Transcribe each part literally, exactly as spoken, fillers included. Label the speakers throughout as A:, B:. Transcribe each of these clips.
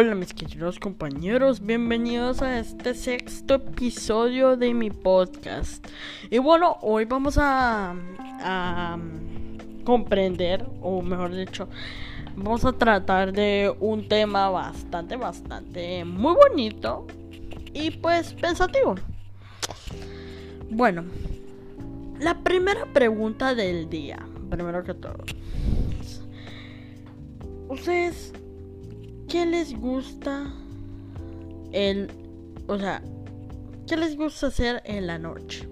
A: Hola mis queridos compañeros, bienvenidos a este sexto episodio de mi podcast. Y bueno, hoy vamos a, a comprender, o mejor dicho, vamos a tratar de un tema bastante, bastante muy bonito y pues pensativo. Bueno, la primera pregunta del día, primero que todo, ¿ustedes qué les gusta el, o sea, qué les gusta hacer en la noche?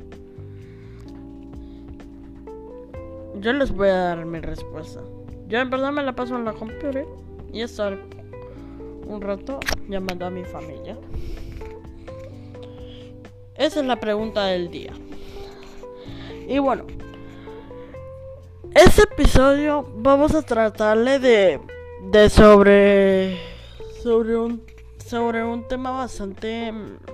A: Yo les voy a dar mi respuesta. Yo en verdad me la paso en la computadora y estar un rato llamando a mi familia. Esa es la pregunta del día. Y bueno, este episodio vamos a tratarle de de sobre sobre un sobre un tema bastante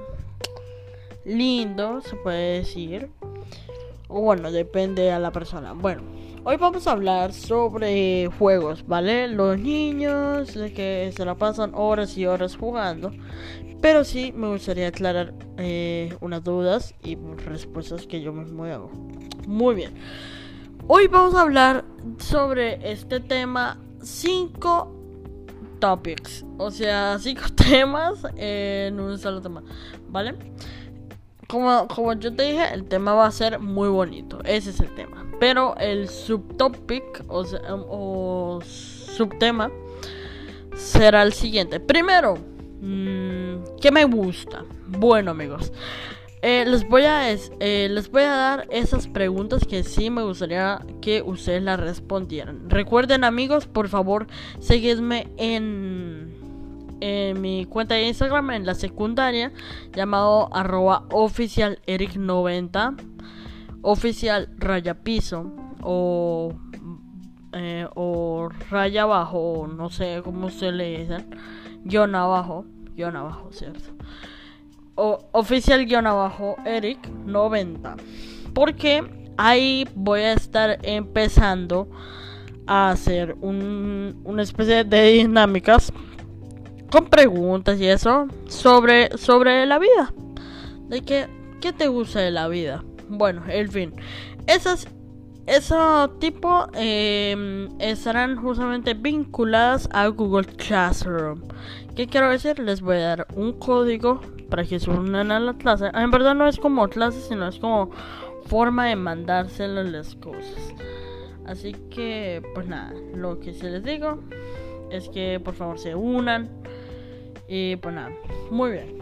A: lindo, se puede decir, o bueno, depende a la persona. Bueno, hoy vamos a hablar sobre juegos, ¿vale? Los niños de que se la pasan horas y horas jugando, pero sí me gustaría aclarar eh, unas dudas y respuestas que yo mismo hago. Muy bien, hoy vamos a hablar sobre este tema. Cinco topics, o sea, cinco temas en un solo tema, ¿vale? Como, como yo te dije, el tema va a ser muy bonito, ese es el tema. Pero el subtopic, o, sea, o subtema, será el siguiente. Primero, mmm, ¿qué me gusta? Bueno, amigos, Eh, les voy a eh, les voy a dar esas preguntas que sí me gustaría que ustedes las respondieran. Recuerden, amigos, por favor, seguidme en en mi cuenta de Instagram en la secundaria, llamado arroba oficial eric noventa, oficial raya piso o eh, o raya abajo, no sé cómo se le dicen, guión abajo, guión abajo, cierto. O, oficial guión abajo eric noventa, porque ahí voy a estar empezando a hacer un, una especie de dinámicas con preguntas y eso sobre, sobre la vida, de que, ¿qué te gusta de la vida? Bueno, en fin, esas Ese tipo eh, estarán justamente vinculadas a Google Classroom. ¿Qué quiero decir? Les voy a dar un código para que se unan a la clase. En verdad no es como clase, sino es como forma de mandárselo las cosas. Así que, pues nada, lo que sí les digo es que por favor se unan. Y pues nada, muy bien.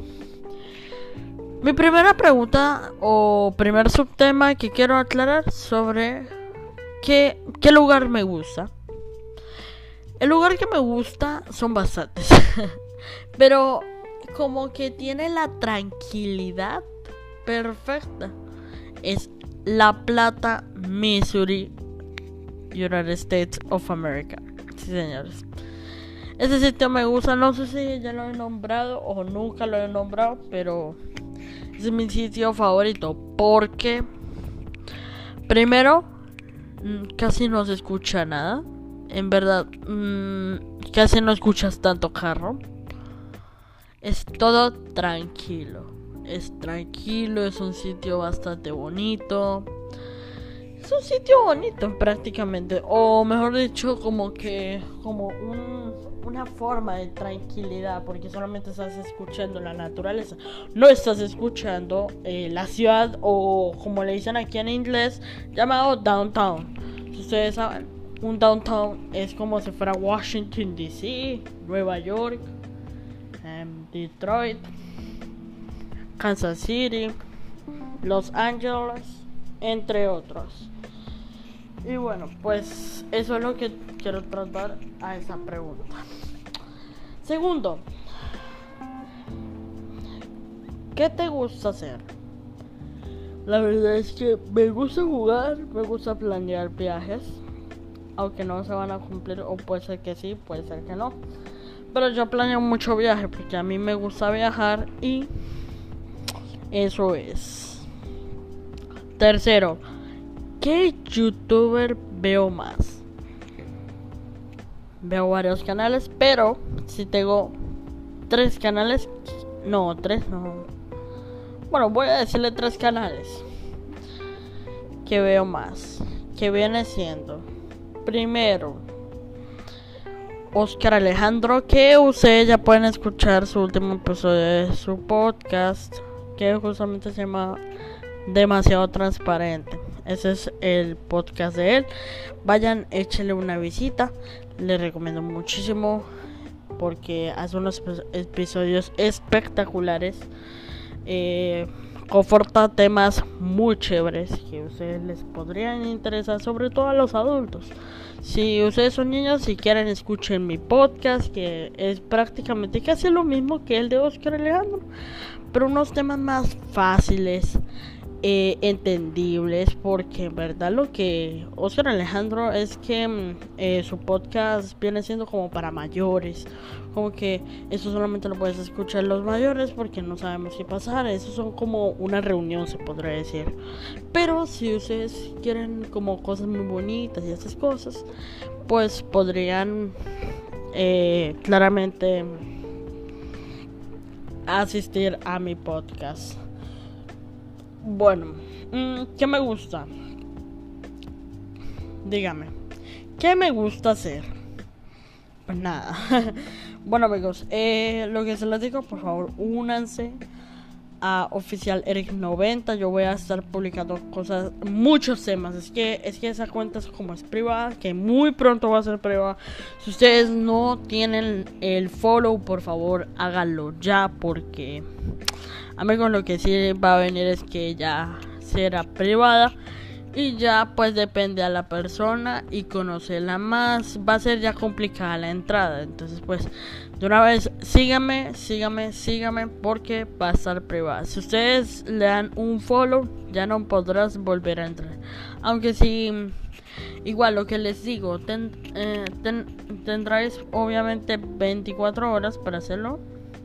A: Mi primera pregunta o primer subtema que quiero aclarar sobre qué, qué lugar me gusta. El lugar que me gusta son bastantes, pero como que tiene la tranquilidad perfecta. Es La Plata, Missouri, United States of America. Sí, señores. Ese sitio me gusta, no sé si ya lo he nombrado o nunca lo he nombrado, pero es mi sitio favorito porque, primero, casi no se escucha nada. En verdad, mmm, casi no escuchas tanto carro. Es todo tranquilo. Es tranquilo, es un sitio bastante bonito. Es un sitio bonito prácticamente. O mejor dicho, como que como un, una forma de tranquilidad, porque solamente estás escuchando la naturaleza. No estás escuchando eh, la ciudad, o como le dicen aquí en inglés, llamado downtown. Si ustedes saben, un downtown es como si fuera Washington D C, Nueva York, um, Detroit, Kansas City, Los Ángeles, entre otros. Y bueno, pues eso es lo que quiero tratar a esa pregunta. Segundo, ¿qué te gusta hacer? La verdad es que me gusta jugar, me gusta planear viajes, aunque no se van a cumplir, o puede ser que sí, puede ser que no. Pero yo planeo mucho viaje porque a mí me gusta viajar y eso es. Tercero, ¿qué youtuber veo más? Veo varios canales, pero si tengo tres canales. No, tres no. Bueno, voy a decirle tres canales que veo más. Que viene siendo, primero, Oscar Alejandro, que ustedes ya pueden escuchar su último episodio de su podcast, que justamente se llama Demasiado Transparente. Ese es el podcast de él. Vayan, échenle una visita. Les recomiendo muchísimo porque hace unos episodios espectaculares. Eh, conforta temas muy chéveres que a ustedes les podrían interesar, sobre todo a los adultos. Si ustedes son niños, si quieren, escuchen mi podcast, que es prácticamente casi lo mismo que el de Oscar Alejandro, pero unos temas más fáciles, eh, entendibles, porque en verdad lo que Oscar Alejandro es que eh, su podcast viene siendo como para mayores, como que eso solamente lo puedes escuchar los mayores porque no sabemos qué pasar. Eso son como una reunión, se podría decir. Pero si ustedes quieren como cosas muy bonitas y esas cosas, pues podrían eh, claramente asistir a mi podcast. Bueno, ¿qué me gusta? Dígame, ¿qué me gusta hacer? Pues nada. Bueno, amigos, eh, lo que se les digo, por favor, únanse a Oficial Eric noventa. Yo voy a estar publicando cosas, muchos temas. Es que, es que esa cuenta es como es privada, que muy pronto va a ser privada. Si ustedes no tienen el follow, por favor, háganlo ya, porque, amigos, lo que sí va a venir es que ya será privada. Y ya pues depende a la persona y conocerla más. Va a ser ya complicada la entrada. Entonces pues de una vez síganme, síganme, síganme, porque va a estar privada. Si ustedes le dan un follow, ya no podrás volver a entrar. Aunque si, igual lo que les digo, ten, eh, ten, tendráis obviamente veinticuatro horas para hacerlo,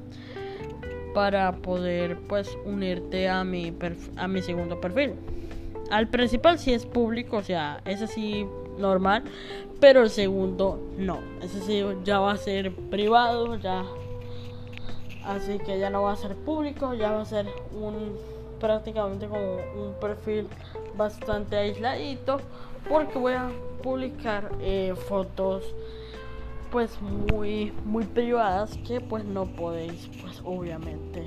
A: para poder pues unirte a mi, perf- a mi segundo perfil. Al principal sí es público, o sea, ese sí normal, pero el segundo no, ese sí ya va a ser privado, ya, así que ya no va a ser público, ya va a ser un prácticamente como un perfil bastante aisladito, porque voy a publicar eh, fotos pues muy muy privadas que pues no podéis pues obviamente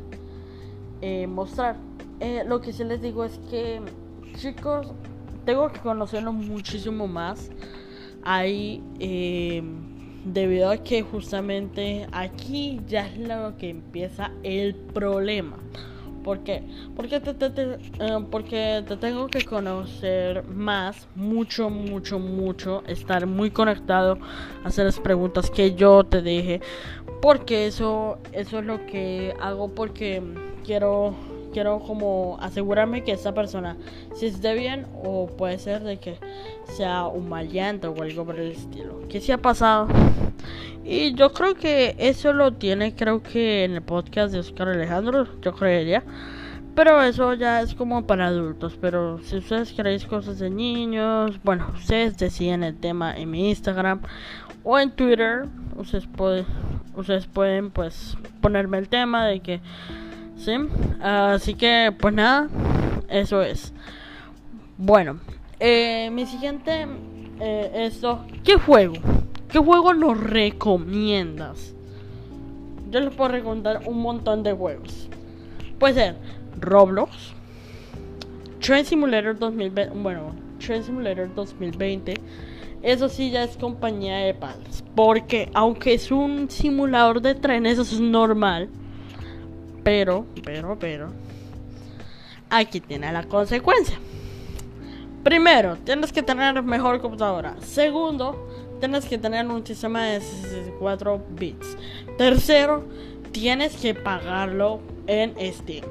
A: eh, mostrar. Eh, lo que sí les digo es que, chicos, tengo que conocerlo muchísimo más ahí, eh, debido a que justamente aquí ya es lo que empieza el problema. ¿Por qué? Porque te, te, te, eh, porque te tengo que conocer más, mucho, mucho, mucho, estar muy conectado, hacer las preguntas que yo te dije, porque eso, eso es lo que hago, porque quiero... Quiero como asegurarme que esta persona si esté bien, o puede ser de que sea un maleante o algo por el estilo, que sí ha pasado. Y yo creo que eso lo tiene, creo que en el podcast de Oscar Alejandro, yo creería. Pero eso ya es como para adultos. Pero si ustedes queréis cosas de niños, bueno, ustedes deciden el tema en mi Instagram o en Twitter. Ustedes pueden, ustedes pueden pues ponerme el tema de que sí, así que pues nada, eso es. Bueno, eh, mi siguiente eh, esto, ¿qué juego? ¿Qué juego nos recomiendas? Yo les puedo recomendar un montón de juegos. Puede ser Roblox, Train Simulator dos mil veinte, bueno, Train Simulator dos mil veinte. Eso sí ya es compañía de padres, porque aunque es un simulador de trenes, eso es normal. Pero, pero, pero, aquí tiene la consecuencia. Primero, tienes que tener mejor computadora. Segundo, tienes que tener un sistema de sesenta y cuatro bits. Tercero, tienes que pagarlo en Steam.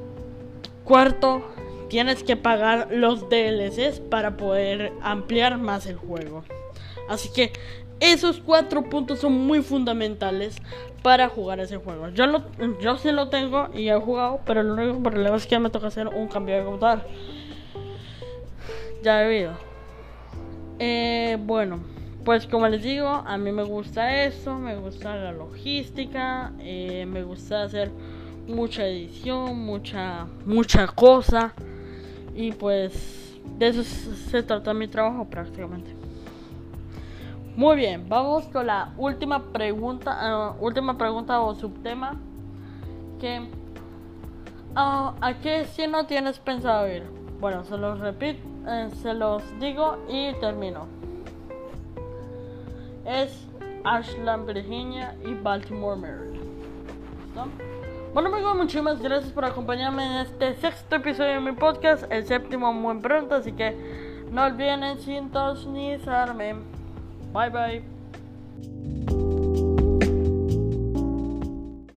A: Cuarto, tienes que pagar los D L Cs para poder ampliar más el juego. Así que esos cuatro puntos son muy fundamentales para jugar ese juego. Yo lo, yo sí lo tengo y he jugado, pero el único problema es que me toca hacer un cambio de computadora. Ya he visto. Eh, bueno, pues como les digo, a mí me gusta eso, me gusta la logística, eh, me gusta hacer mucha edición, mucha, mucha cosa. Y pues de eso se trata mi trabajo prácticamente. Muy bien, vamos con la última pregunta, uh, última pregunta o subtema. Que, uh, ¿a qué destino tienes pensado ir? Bueno, se los repito, eh, se los digo y termino. Es Ashland, Virginia y Baltimore, Maryland. ¿Listo? Bueno amigos, muchísimas gracias por acompañarme en este sexto episodio de mi podcast, el séptimo muy pronto, así que no olviden sintonizarme. Bye bye.